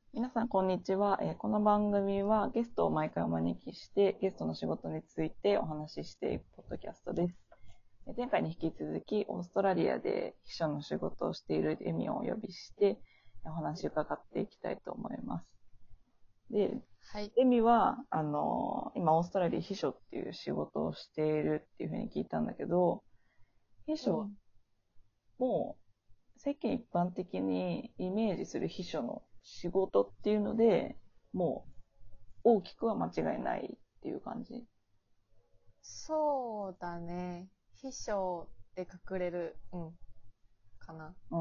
皆さん、こんにちは。この番組はゲストを毎回お招きして、ゲストの仕事についてお話ししていくポッドキャストです。前回に引き続き、オーストラリアで秘書の仕事をしているエミをお呼びして、お話を伺っていきたいと思います。で、 はい。 エミは、今、オーストラリアで秘書っていう仕事をしているっていうふうに聞いたんだけど、秘書うん。 も世間一般的にイメージする秘書の仕事っていうので、もう大きくは間違いないっていう感じ。 そうだね。秘書で隠れる、かな。 うん。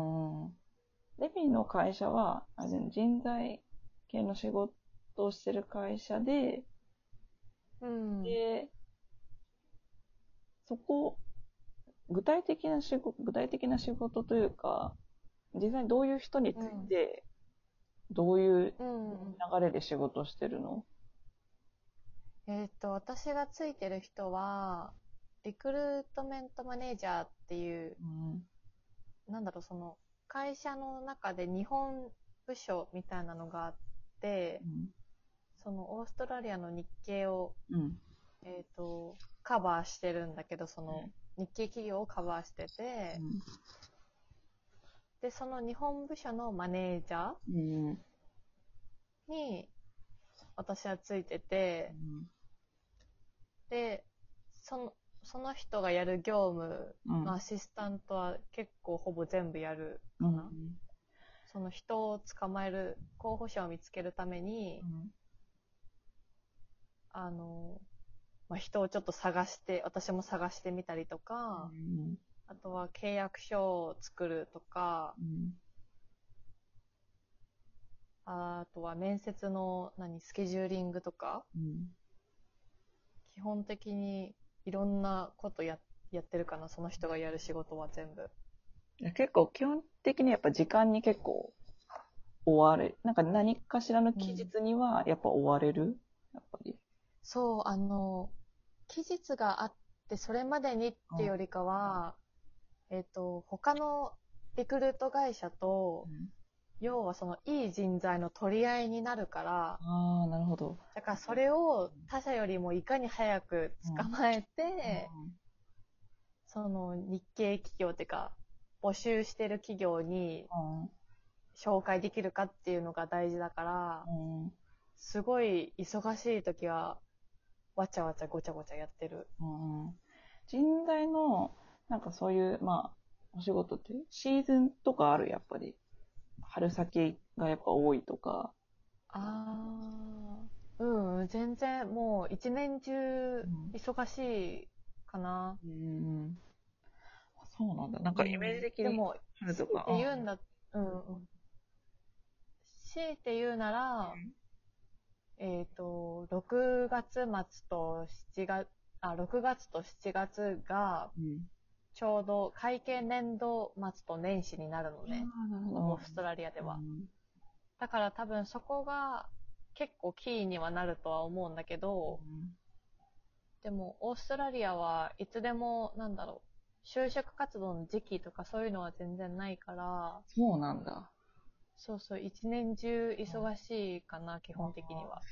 レミの会社は、あれだよね、人材系の仕事をしてる会社で、 うん。 で、そこ、具体的な仕事というか、実際にどういう人についうん。 て、どういううん。 流れで仕事をしてるの？ 私がついてる人は、リクルートメントマネージャーっていう、 うん。 会社の中で日本部署みたいなのがあって、 うん。 そのオーストラリアの日系を、 うん。 カバーしてるんだけど、その日系企業をカバーしてて、 うん。 で、その日本部署のマネージャーうん。 に私はついてて、で、その、その人がやる業務うん。 のアシスタントは結構ほぼ全部やるうん。 かな。その人を捕まえる、候補者を見つけるために、 うん。 あの、人をちょっと探して、私も探してみたりとうか、 ん。 あとは契約書を作るとか、 うん。 あとは面接のスケジューリングとか、 うん。 基本的にいろんなことやってるかな、その人がやる仕事は全部。 いや結構基本的にやっぱ時間に結構追われ、なんか何かしらの期うん。 日にはやっぱ追われるやっぱり。 そう、期日があって、それまでにっていうよりかは、他のリクルート会社と、 うん。 要はそのいい人材の取り合いになるから、 ああ、なるほど。 だからそれを他社よりもいかに早くうん。 捕まえて、 うん。 その日系企業っていうか、募集してる企業にうん。 紹介できるかっていうのが大事だから、 うん。 すごい忙しい時は、わちゃわちゃごちゃごちゃやってる。 うん。人材の、なんかそういう、まあ、お仕事ってシーズンとかある、やっぱり。春先がやっぱ多いとか。 全然もう一年中うん。 忙しいかな。 うん。そうなんだ。なんかイメージうん。 的にでも、強い春とか。 て言うんだ、うん。強いて言うなら、6月末と7月、6月と7月が、 うん。 ちょうど会計年度末と年始になるのあね。 あ、なるほど。 オーストラリアでは。 うん。 だから多分そこが結構キーにはなるとは思うんだけうど、 ん。 でもオーストラリアはいつでも就職活動の時期とかそういうのは全然ないから、 そうなんだ。 そうそう、一年中忙しいかな、基本的には。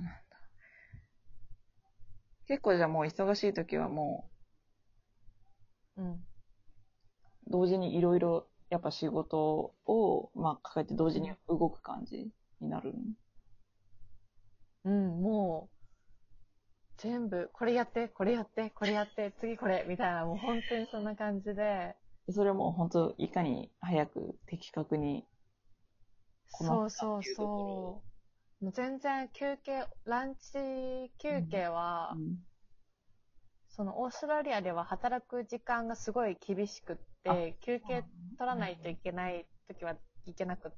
結構じゃあもう忙しい時はもうん。 う同時にいろいろやっぱ仕事をまあ抱えて同時にうん。 動く感じになるの？ うん、もう、全部、これやって、これやって、これやって、次これ、みたいな、もう本当にそんな感じで、 それも本当いかに早く的確にこなすそうそうかっていうところ。 そう。もう全然ランチ休うん。 憩は、 うん。 そのオーストラリアでは働く時間がすごい厳しくっあ、 て、休憩そうなんだ。 取らないといけない時はいけなくって、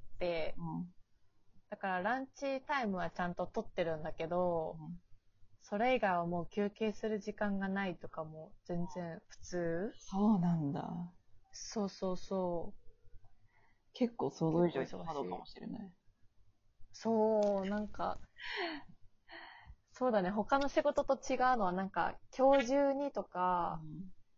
うん。うん。 だからランチタイムはちゃんと取ってるんだけど、 うん。 それ以外はもう休憩する時間がないとかも全然普通。 そうなんだ。 そうそうそう。 結構想像以結構上にハードか忙しい。 もしれない。 そう、そうだね。他の仕事と違うのは今日中にとか、 うん。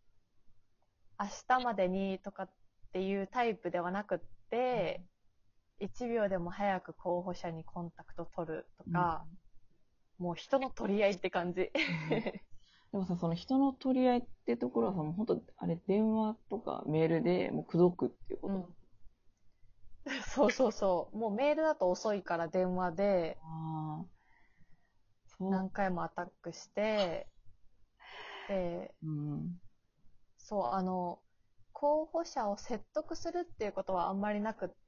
明日までにとかっていうタイプではなくって、 1秒でも早く候補者にコンタクト取るとか、もう人の取り合いって感じ。 でもさ、その人の取り合いってところはさ、もう本当あれ、電話とかメールでもう口説くっていうこうと。 ん。そうそうそう。もうメールだと遅いから電話でああ、そう。 何回もアタックして、で、 うん。 そう、候補者を説得するっていうことはあんまりなくって、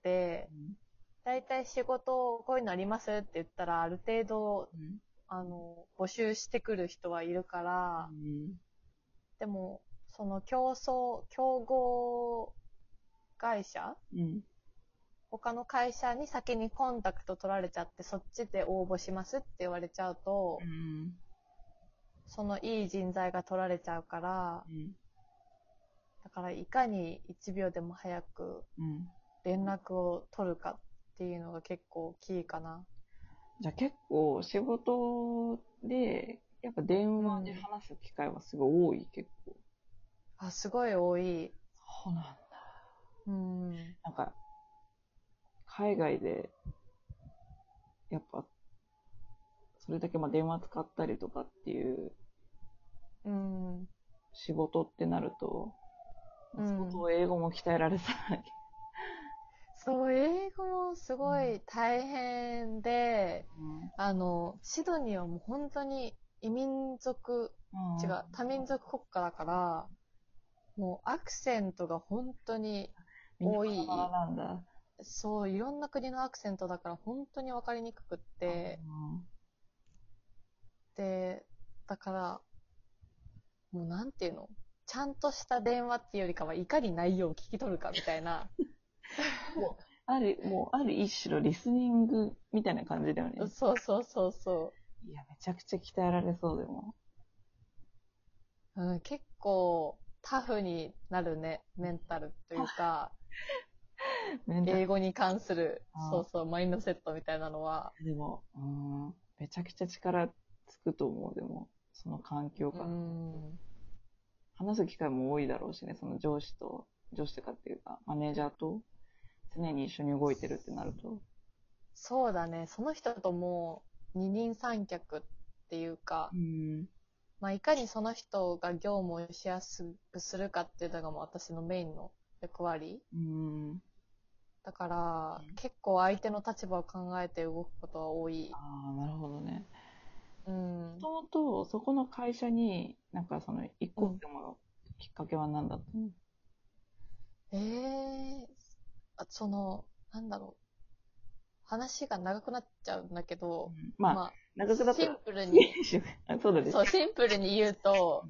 だいたい仕事こういうのありますって言ったら、ある程度、 うん。 募集してくる人はいるかうら、 ん。 でも、その競合会社うん。 他の会社に先にコンタクト取られちゃって、そっちで応募しますって言われちゃうと、 うん。 そのいい人材が取られちゃうから、 うん。 だからいかに1秒でも早くうん。 連絡を取るかっていうのが結構キーかな。 じゃあ結構仕事で、やっぱ電話でうん。 話す機会はすごい多い、結構。 あ、すごい多い。 そうなんだ。 うん。 なんか、海外で、やっぱ、それだけまあ電話使ったりとかっていううん。 仕事ってなると、 うん。 相当英語も鍛えられそうな気そう、英語もすごい大変で、シドニーはもう本当に異民族、違う、多民族国家だから、もうアクセントが本当にみんなバラバ多い。 ラなんだ。 そう、いろんな国のアクセントだから本当にわかりにくくって、で、だから、もうなんていうの、ちゃんとした電話っていうよりかはいかに内容を聞き取るかみたいな。 もう、ある一種のリスニングみたいな感じだよね。 そうそうそうそいや、めちゃくちゃ鍛えられそうでも。 う。うん、結構タフになるね、メンタルというか、 メンタル、 英語に関する、そあうそう、マインドセットみたいなのは。 でも、めちゃくちゃ力つくと思う、でも、その環境うが。 ん、 話す機会も多いだろうしね、その上司とかっていうか、マネージャーと常に一緒に動いてるってなると。 そうだね、その人とも二人三脚っていうか、 うん。 まあ、いかにその人が業務をしやすくするかっていうのがもう私のメインの役割。 うん。 だから、結構相手の立場を考えて動くことは多い。 ああ、なるほどね。 うん。 もともと、そこの会社に、なんかその、行うん。 こうって思うきっかけは何だったの？ ええなんだろう。話が長くなっちゃうんだけど、 まあ、 まあ、 長くなったら、 シンプルに、 そうだね。 そう、シンプルに言うと、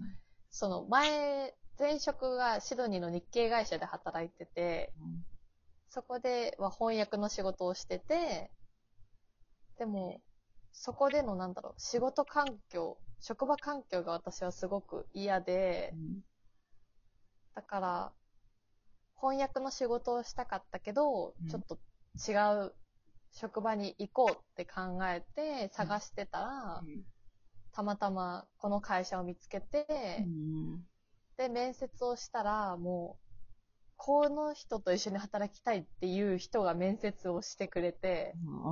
前職がシドニーの日系会社で働いてて、そこでは翻訳の仕事をしてて、でも、そこでの仕事環境、職場環境が私はすごく嫌で、だから、翻訳の仕事をしたかったけど、ちょっと違う職場に行こうって考えて探してたら、たまたまこの会社を見つけて、で、面接をしたら、もう、この人と一緒に働きたいっていう人が面接をしてくれて、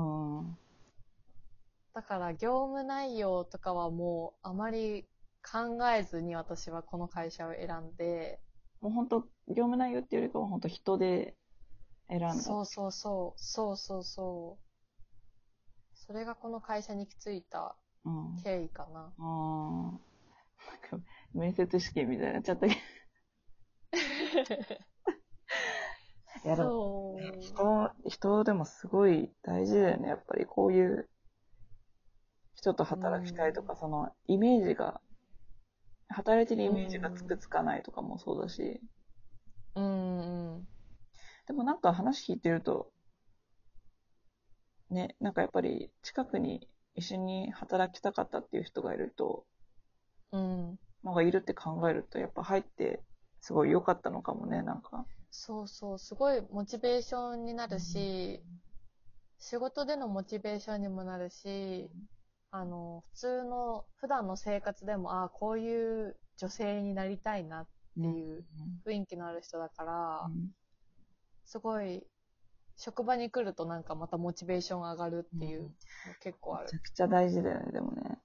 だから業務内容とかはもうあまり考えずに私はこの会社を選んで、 もう本当、業務内容っていうよりかは本当人で選んだ。 そうそうそう、そうそうそう。それがこの会社に行き着いたうん。 経緯かな。 なんか、面接試験みたいになっちゃったけど。いやでも、ね、 そ人でもすごい大事だよね。やっぱりこういう人とう。う働きたいとん。 か、そのイメージが、働いてるイうメージがつくん。 つかないとかもそうだし。 うん。うん。 でもなんか話聞いてると、ね、なんかやっぱり近くに一緒に働きたかったっていう人がいると、 うん。 なんかいるって考えると、やっぱ入ってすごい良かったのかもね、なんか。 そうそう、すごいモチベーションになるし、仕事でのモチベーションにもなるし、普段の生活でも、ああ、こういう女性になりたいなっうん。 ていう雰囲気のある人だから、 うん。 すごい職場に来るとなんかまたモチベーション上がるっていうの結構ある。 めちゃくちゃ大事だよね、でもね。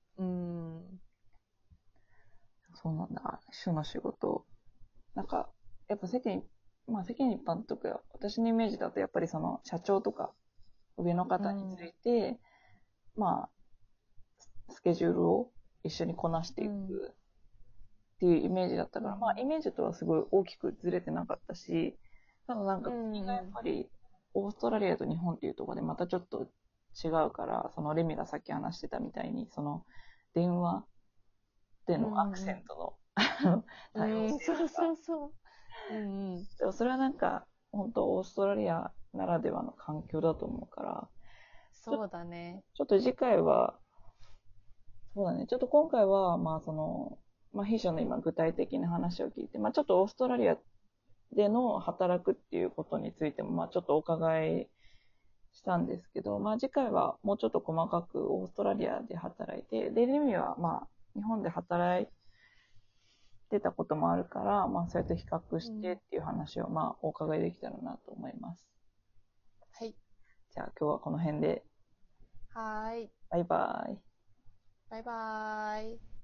そうなんだ。秘書の仕事。なんか、やっぱ世間一般とか、私のイメージだとやっぱりその社長とか上の方について、まあ、スケジュールを一緒にこなしていくっていうイメージだったから、まあ、イメージとはすごい大きくずれてなかったし、ただなんか国がやっぱり、オーストラリアと日本っていうところでまたちょっと違うから、そのレミがさっき話してたみたいに、その電話でのアクセントの、多様性とか。 そうそう。 でもそれはなんか、本当オーストラリアならではの環境だと思うから、 そうだね。 ちょっと次回は、そうだね。ちょっと今回は、まあ、秘書の今具体的な話を聞いて、まあ、ちょっとオーストラリアでの働くっていうことについても、まあ、ちょっとお伺いしたんですけど、まあ、次回はもうちょっと細かくオーストラリアで働いて、で、レミは、まあ、日本で働いてたこともあるから、まあ、それと比較してっていう話を、まあ、お伺いできたらなと思います。 はい。 じゃあ、今日はこの辺で。 はーい。 バイバイ。 バイバーイ。